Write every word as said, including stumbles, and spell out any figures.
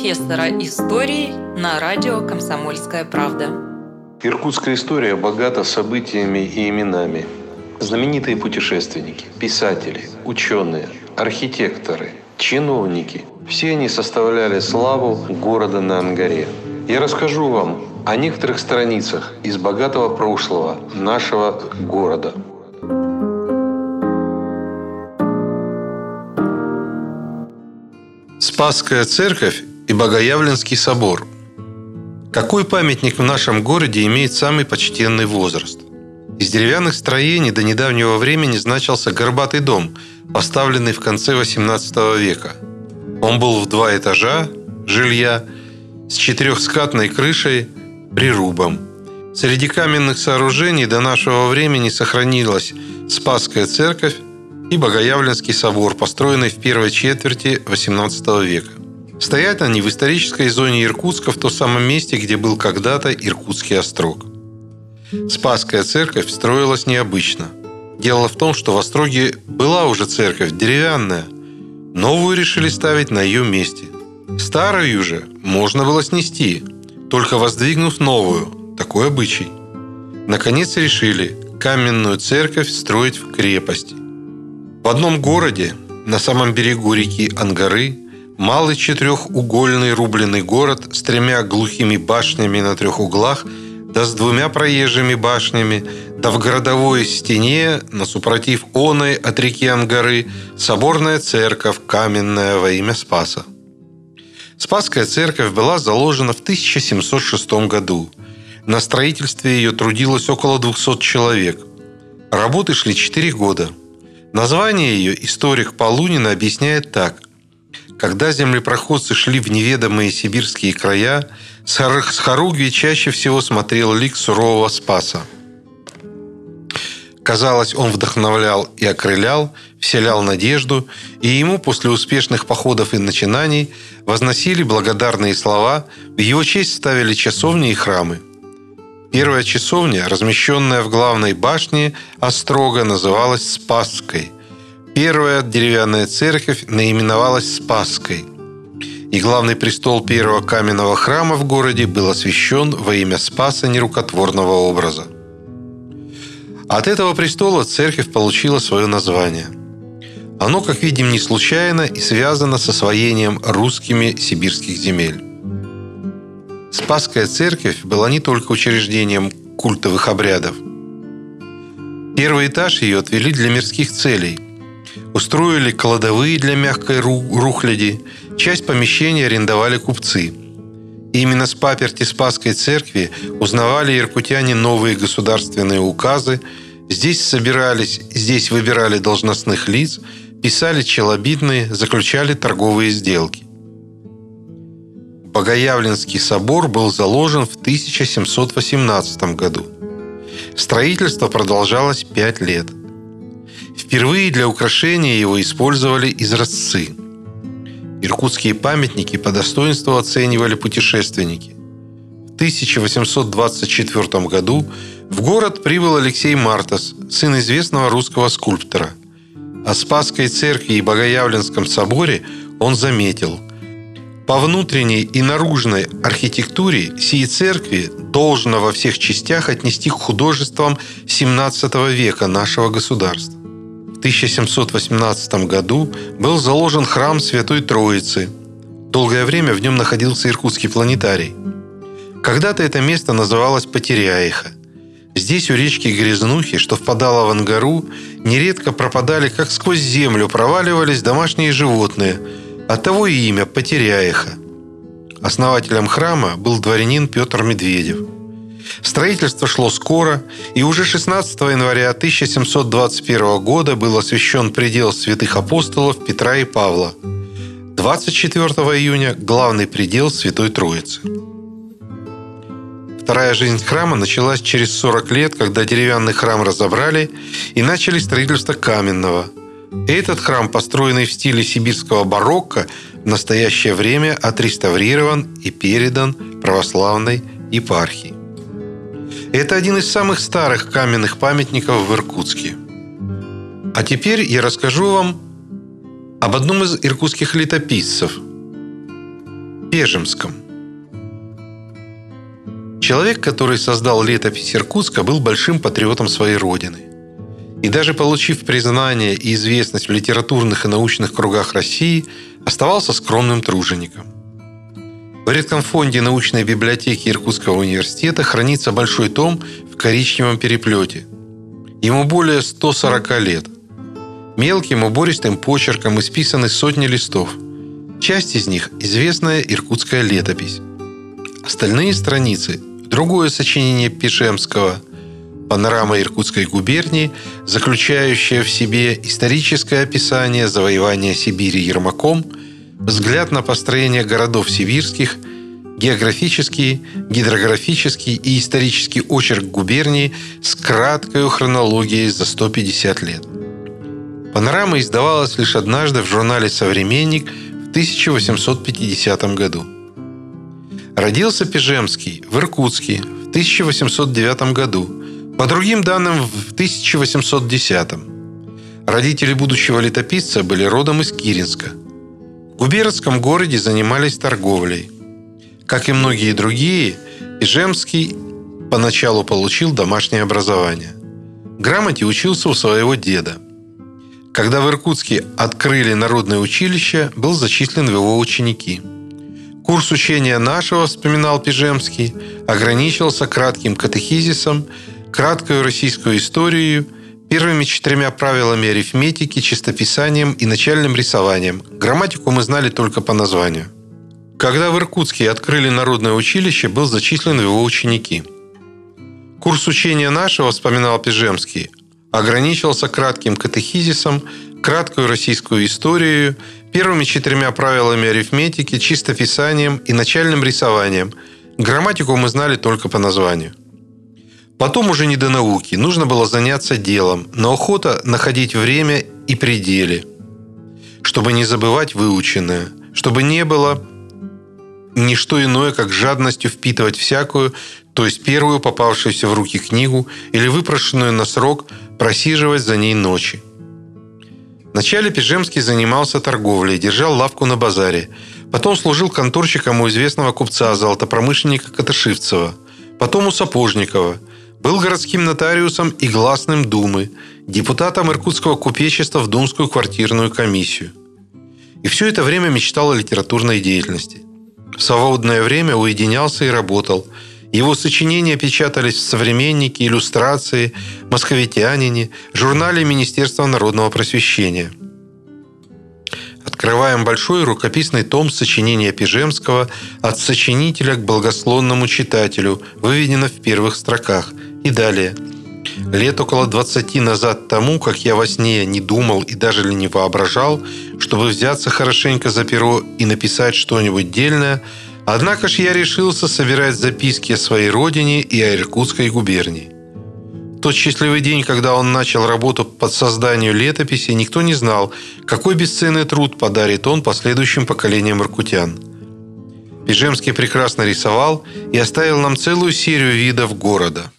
профессора истории на радио «Комсомольская правда». Иркутская история богата событиями и именами. Знаменитые путешественники, писатели, ученые, архитекторы, чиновники – все они составляли славу города на Ангаре. Я расскажу вам о некоторых страницах из богатого прошлого нашего города. Спасская церковь и Богоявленский собор. Какой памятник в нашем городе имеет самый почтенный возраст? Из деревянных строений до недавнего времени значился горбатый дом, поставленный в конце восемнадцатого века. Он был в два этажа жилья с четырехскатной крышей, прирубом. Среди каменных сооружений до нашего времени сохранилась Спасская церковь и Богоявленский собор, построенный в первой четверти восемнадцатого века. Стоят они в исторической зоне Иркутска, в том самом месте, где был когда-то Иркутский острог. Спасская церковь строилась необычно. Дело в том, что в остроге была уже церковь деревянная. Новую решили ставить на ее месте. Старую же можно было снести, только воздвигнув новую. Такой обычай. Наконец решили каменную церковь строить в крепости. В одном городе, на самом берегу реки Ангары, малый четырехугольный рубленый город с тремя глухими башнями на трех углах, да с двумя проезжими башнями, да в городовой стене, насупротив оной от реки Ангары, соборная церковь каменная во имя Спаса. Спасская церковь была заложена в тысяча семьсот шестом году. На строительстве ее трудилось около двухсот человек. Работы шли четыре года. Название ее историк Полунин объясняет так. Когда землепроходцы шли в неведомые сибирские края, с хоругви чаще всего смотрел лик сурового Спаса. Казалось, он вдохновлял и окрылял, вселял надежду, и ему после успешных походов и начинаний возносили благодарные слова, в его честь ставили часовни и храмы. Первая часовня, размещенная в главной башне острога, называлась Спасской. Первая деревянная церковь наименовалась Спасской. И главный престол первого каменного храма в городе был освящен во имя Спаса нерукотворного образа. От этого престола церковь получила свое название. Оно, как видим, не случайно и связано с освоением русскими сибирских земель. Спасская церковь была не только учреждением культовых обрядов. Первый этаж ее отвели для мирских целей. Устроили кладовые для мягкой рухляди, часть помещений арендовали купцы. И именно с паперти Спасской церкви узнавали иркутяне новые государственные указы, здесь собирались, здесь выбирали должностных лиц, писали челобитные, заключали торговые сделки. Богоявленский собор был заложен в тысяча семьсот восемнадцатом году. Строительство продолжалось пять лет. Впервые для украшения его использовали изразцы. Иркутские памятники по достоинству оценивали путешественники. В тысяча восемьсот двадцать четвёртом году в город прибыл Алексей Мартас, сын известного русского скульптора. О Спасской церкви и Богоявленском соборе он заметил: по внутренней и наружной архитектуре сии церкви должно во всех частях отнести к художествам семнадцатого века нашего государства. В тысяча семьсот восемнадцатом году был заложен храм Святой Троицы. Долгое время в нем находился Иркутский планетарий. Когда-то это место называлось Потеряиха. Здесь у речки Грязнухи, что впадала в Ангару, нередко пропадали, как сквозь землю проваливались домашние животные. Оттого и имя Потеряиха. Основателем храма был дворянин Петр Медведев. Строительство шло скоро, и уже шестнадцатого января тысяча семьсот двадцать первого года был освящен предел святых апостолов Петра и Павла. двадцать четвёртого июня – главный предел Святой Троицы. Вторая жизнь храма началась через сорок лет, когда деревянный храм разобрали и начали строительство каменного. Этот храм, построенный в стиле сибирского барокко, в настоящее время отреставрирован и передан православной епархии. Это один из самых старых каменных памятников в Иркутске. А теперь я расскажу вам об одном из иркутских летописцев. Пежемском. Человек, который создал летопись Иркутска, был большим патриотом своей родины. И даже получив признание и известность в литературных и научных кругах России, оставался скромным тружеником. В редком фонде научной библиотеки Иркутского университета хранится большой том в коричневом переплете. Ему более ста сорока лет. Мелким убористым почерком исписаны сотни листов. Часть из них – известная иркутская летопись. Остальные страницы – другое сочинение Пежемского «Панорама Иркутской губернии», заключающее в себе историческое описание завоевания Сибири Ермаком, взгляд на построение городов сибирских, географический, гидрографический и исторический очерк губернии с краткой хронологией за сто пятьдесят лет. Панорама издавалась лишь однажды в журнале «Современник» в тысяча восемьсот пятидесятом году. Родился Пежемский в Иркутске в тысяча восемьсот девятом году, по другим данным в тысяча восемьсот десятом. Родители будущего летописца были родом из Киренска. В губернском городе занимались торговлей. Как и многие другие, Пежемский поначалу получил домашнее образование. Грамоте учился у своего деда. Когда в Иркутске открыли народное училище, был зачислен в его ученики. Курс учения нашего, вспоминал Пежемский, ограничился кратким катехизисом, краткую российскую историю, первыми четырьмя правилами арифметики, чистописанием и начальным рисованием. Грамматику мы знали только по названию. Когда в Иркутске открыли народное училище, был зачислен в его ученики. Курс учения нашего, вспоминал Пежемский, ограничился кратким катехизисом, краткую российскую историю, первыми четырьмя правилами арифметики, чистописанием и начальным рисованием. Грамматику мы знали только по названию. Потом уже не до науки, нужно было заняться делом, но охота находить время и пределы, чтобы не забывать выученное, чтобы не было ни что иное, как жадностью впитывать всякую, то есть первую попавшуюся в руки книгу или выпрошенную на срок, просиживать за ней ночи. Вначале Пежемский занимался торговлей, держал лавку на базаре. Потом служил конторщиком у известного купца, золотопромышленника Каташивцева. Потом у Сапожникова. Был городским нотариусом и гласным Думы, депутатом Иркутского купечества в Думскую квартирную комиссию. И все это время мечтал о литературной деятельности. В свободное время уединялся и работал. Его сочинения печатались в «Современнике», «Иллюстрации», «Московитянине», журнале Министерства народного просвещения. Открываем большой рукописный том сочинения Пежемского «От сочинителя к благосклонному читателю», выведено в первых строках. И далее. «Лет около двадцати назад тому, как я во сне не думал и даже ли не воображал, чтобы взяться хорошенько за перо и написать что-нибудь дельное, однако ж я решился собирать записки о своей родине и о Иркутской губернии. В тот счастливый день, когда он начал работу по созданию летописи, никто не знал, какой бесценный труд подарит он последующим поколениям иркутян. Пежемский прекрасно рисовал и оставил нам целую серию видов города.